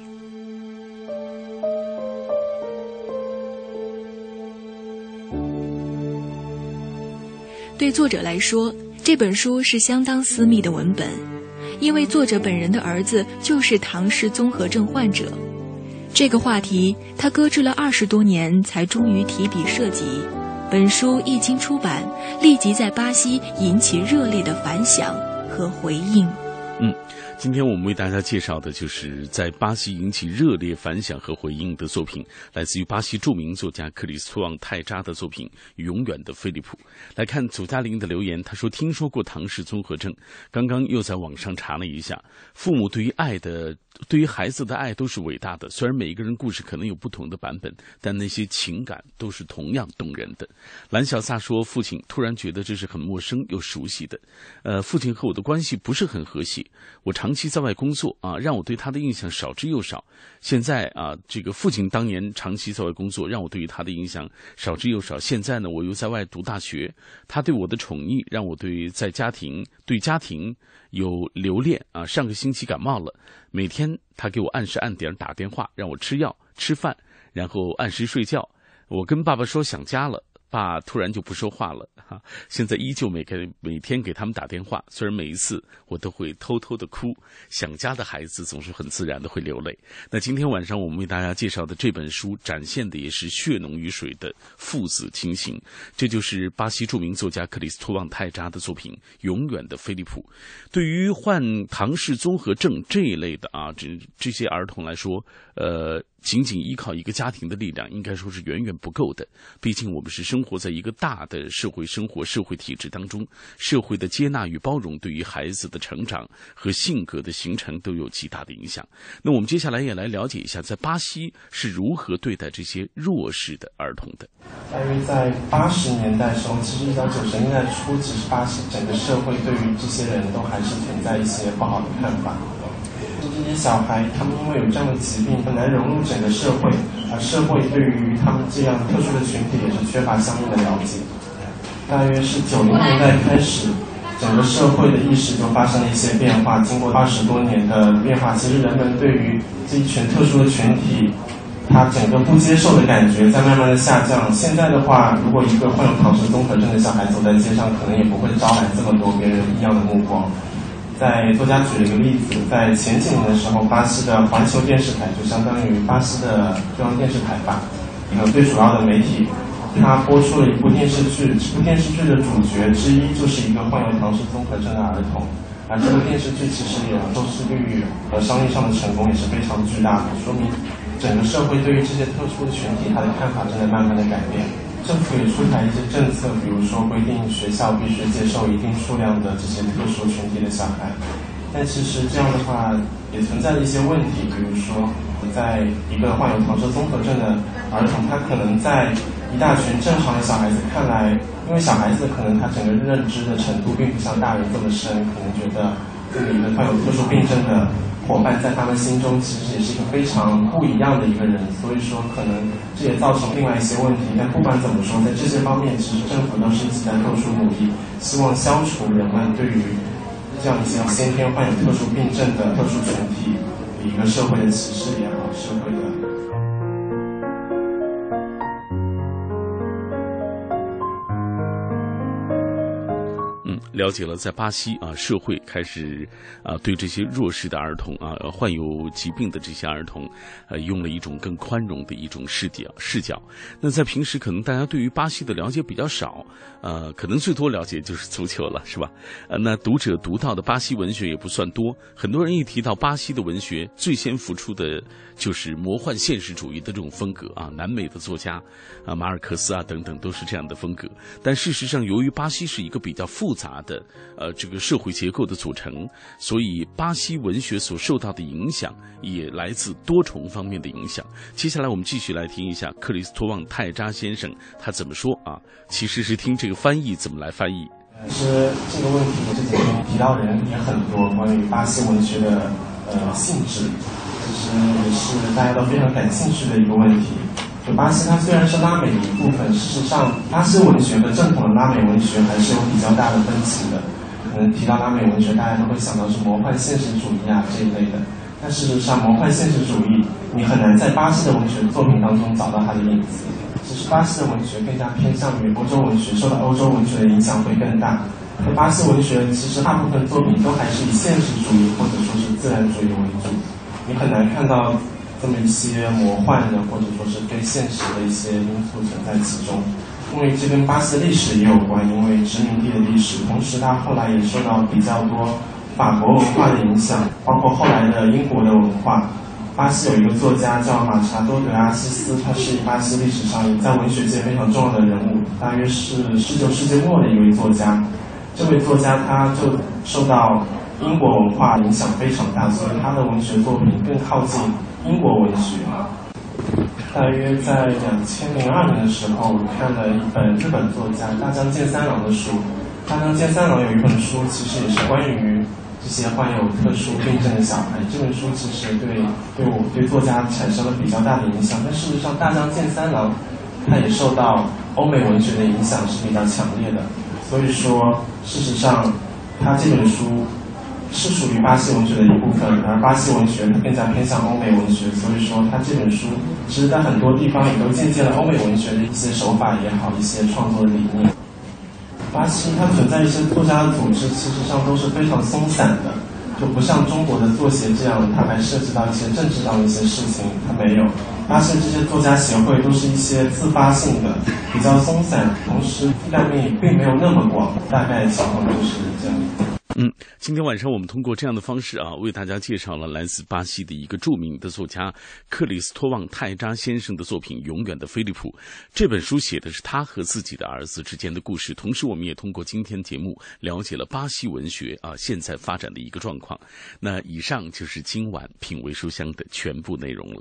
[SPEAKER 3] 对作者来说，这本书是相当私密的文本，因为作者本人的儿子就是唐氏综合症患者。这个话题他搁置了20多年才终于提笔涉及。本书一经出版，立即在巴西引起热烈的反响和回应。
[SPEAKER 2] 今天我们为大家介绍的就是在巴西引起热烈反响和回应的作品，来自于巴西著名作家克里斯托旺泰扎的作品《永远的菲利普》。来看祖嘉玲的留言，他说听说过唐氏综合症，刚刚又在网上查了一下，父母对于孩子的爱都是伟大的，虽然每一个人故事可能有不同的版本，但那些情感都是同样动人的。蓝小萨说，父亲突然觉得这是很陌生又熟悉的。父亲和我的关系不是很和谐，我长期在外工作啊，让我对他的印象少之又少。现在啊，这个父亲当年长期在外工作，让我对于他的印象少之又少。现在呢，我又在外读大学，他对我的宠溺让我对家庭有留恋啊。上个星期感冒了，每天他给我按时按点打电话，让我吃药吃饭，然后按时睡觉。我跟爸爸说想家了，爸突然就不说话了哈。现在依旧每天给他们打电话，虽然每一次我都会偷偷的哭，想家的孩子总是很自然的会流泪。那今天晚上我们为大家介绍的这本书，展现的也是血浓于水的父子亲情，这就是巴西著名作家克里斯托旺泰扎的作品《永远的菲利普》。对于患唐氏综合症这一类的啊，这些儿童来说，仅仅依靠一个家庭的力量应该说是远远不够的，毕竟我们是生活在一个大的社会体制当中，社会的接纳与包容对于孩子的成长和性格的形成都有极大的影响。那我们接下来也来了解一下在巴西是如何对待这些弱势的儿童的。
[SPEAKER 5] 大约在80年代的时候，其实1990年代初，其实巴西整个社会对于这些人都还是存在一些不好的看法。这些小孩他们因为有这样的疾病，很难融入整个社会，而社会对于他们这样特殊的群体也是缺乏相应的了解。大约是90年代开始，整个社会的意识就发生了一些变化。经过20多年的变化，其实人们对于这一群特殊的群体，他整个不接受的感觉在慢慢的下降。现在的话，如果一个患有唐氏综合症的小孩走在街上，可能也不会招来这么多别人异样的目光。作家举了一个例子，在前几年的时候，巴西的环球电视台就相当于巴西的中央电视台吧，一个最主要的媒体，它播出了一部电视剧。这部电视剧的主角之一就是一个患有唐氏综合症的儿童，而这个电视剧其实也收视率和商业上的成功也是非常巨大的，说明整个社会对于这些特殊的群体，它的看法正在慢慢的改变。 政府也出台一些政策，比如说规定学校必须接受一定数量的这些特殊群体的小孩。但其实这样的话也存在着一些问题，比如说在一个患有唐氏综合症的儿童，他可能在一大群正常的小孩子看来，因为小孩子可能他整个认知的程度并不像大人这么深，可能觉得这么一个患有特殊病症的伙伴在他们心中其实也是一个非常不一样的一个人，所以说可能这也造成另外一些问题。但不管怎么说，在这些方面其实政府都是一直在做出努力，希望消除人们对于这样一些先天患有特殊病症的特殊群体一个社会的歧视也好，社会的
[SPEAKER 2] 了解了，在巴西社会开始对这些弱势的儿童患有疾病的这些儿童，用了一种更宽容的一种视角。那在平时可能大家对于巴西的了解比较少，可能最多了解就是足球了，是吧？那读者读到的巴西文学也不算多，很多人一提到巴西的文学，最先浮出的就是魔幻现实主义的这种风格南美的作家马尔克斯等等都是这样的风格。但事实上，由于巴西是一个比较复杂的这个社会结构的组成，所以巴西文学所受到的影响也来自多重方面的影响。接下来我们继续来听一下克里斯托旺泰扎先生他怎么说其实是听这个翻译怎么来翻译。
[SPEAKER 5] 是这个问题这几天提到人也很多，关于巴西文学的性质，其实也是大家都非常感兴趣的一个问题。就巴西它虽然是拉美的一部分，事实上巴西文学和正统的拉美文学还是有比较大的分歧的。可能提到拉美文学，大家都会想到是魔幻现实主义这一类的，但事实上魔幻现实主义你很难在巴西的文学作品当中找到它的影子。其实巴西的文学更加偏向于欧洲文学，受到欧洲文学的影响会更大。而巴西文学其实大部分作品都还是以现实主义或者说是自然主义为主，你很难看到这么一些魔幻的或者说是非现实的一些因素存在其中。因为这跟巴西的历史也有关，因为殖民地的历史，同时它后来也受到比较多法国文化的影响，包括后来的英国的文化。巴西有一个作家叫马查多·德阿西斯，他是巴西历史上在文学界非常重要的人物，大约是19世纪末的一位作家。这位作家他就受到英国文化影响非常大，所以他的文学作品更靠近英国文学。大约在2002年的时候，我看了一本日本作家大江健三郎的书。大江健三郎有一本书，其实也是关于这些患有特殊病症的小孩。这本书其实对作家产生了比较大的影响。但事实上，大江健三郎他也受到欧美文学的影响是比较强烈的。所以说，事实上，他这本书是属于巴西文学的一部分，而巴西文学它更加偏向欧美文学，所以说他这本书其实在很多地方也都借鉴了欧美文学的一些手法也好，一些创作的理念。巴西它存在一些作家的组织，其实上都是非常松散的，就不像中国的作协这样，它还涉及到一些政治上的一些事情，它没有。巴西这些作家协会都是一些自发性的，比较松散，同时覆盖面也并没有那么广，大概情况就是这样。
[SPEAKER 2] 今天晚上我们通过这样的方式为大家介绍了来自巴西的一个著名的作家克里斯托旺泰扎先生的作品《永远的菲利普》。这本书写的是他和自己的儿子之间的故事，同时我们也通过今天节目了解了巴西文学现在发展的一个状况。那以上就是今晚品味书香的全部内容了。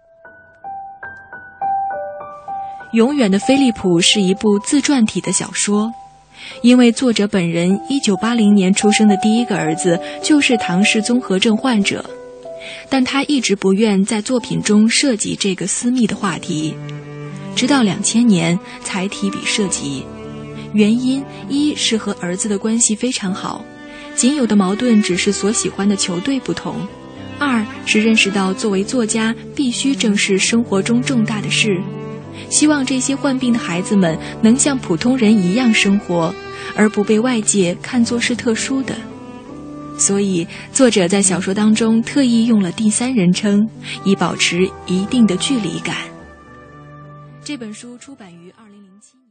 [SPEAKER 3] 《永远的菲利普》是一部自传体的小说。因为作者本人1980年出生的第一个儿子就是唐氏综合症患者，但他一直不愿在作品中涉及这个私密的话题，直到2000年才提笔涉及。原因一是和儿子的关系非常好，仅有的矛盾只是所喜欢的球队不同；二是认识到作为作家必须正视生活中重大的事，希望这些患病的孩子们能像普通人一样生活，而不被外界看作是特殊的。所以作者在小说当中特意用了第三人称，以保持一定的距离感。这本书出版于2007年。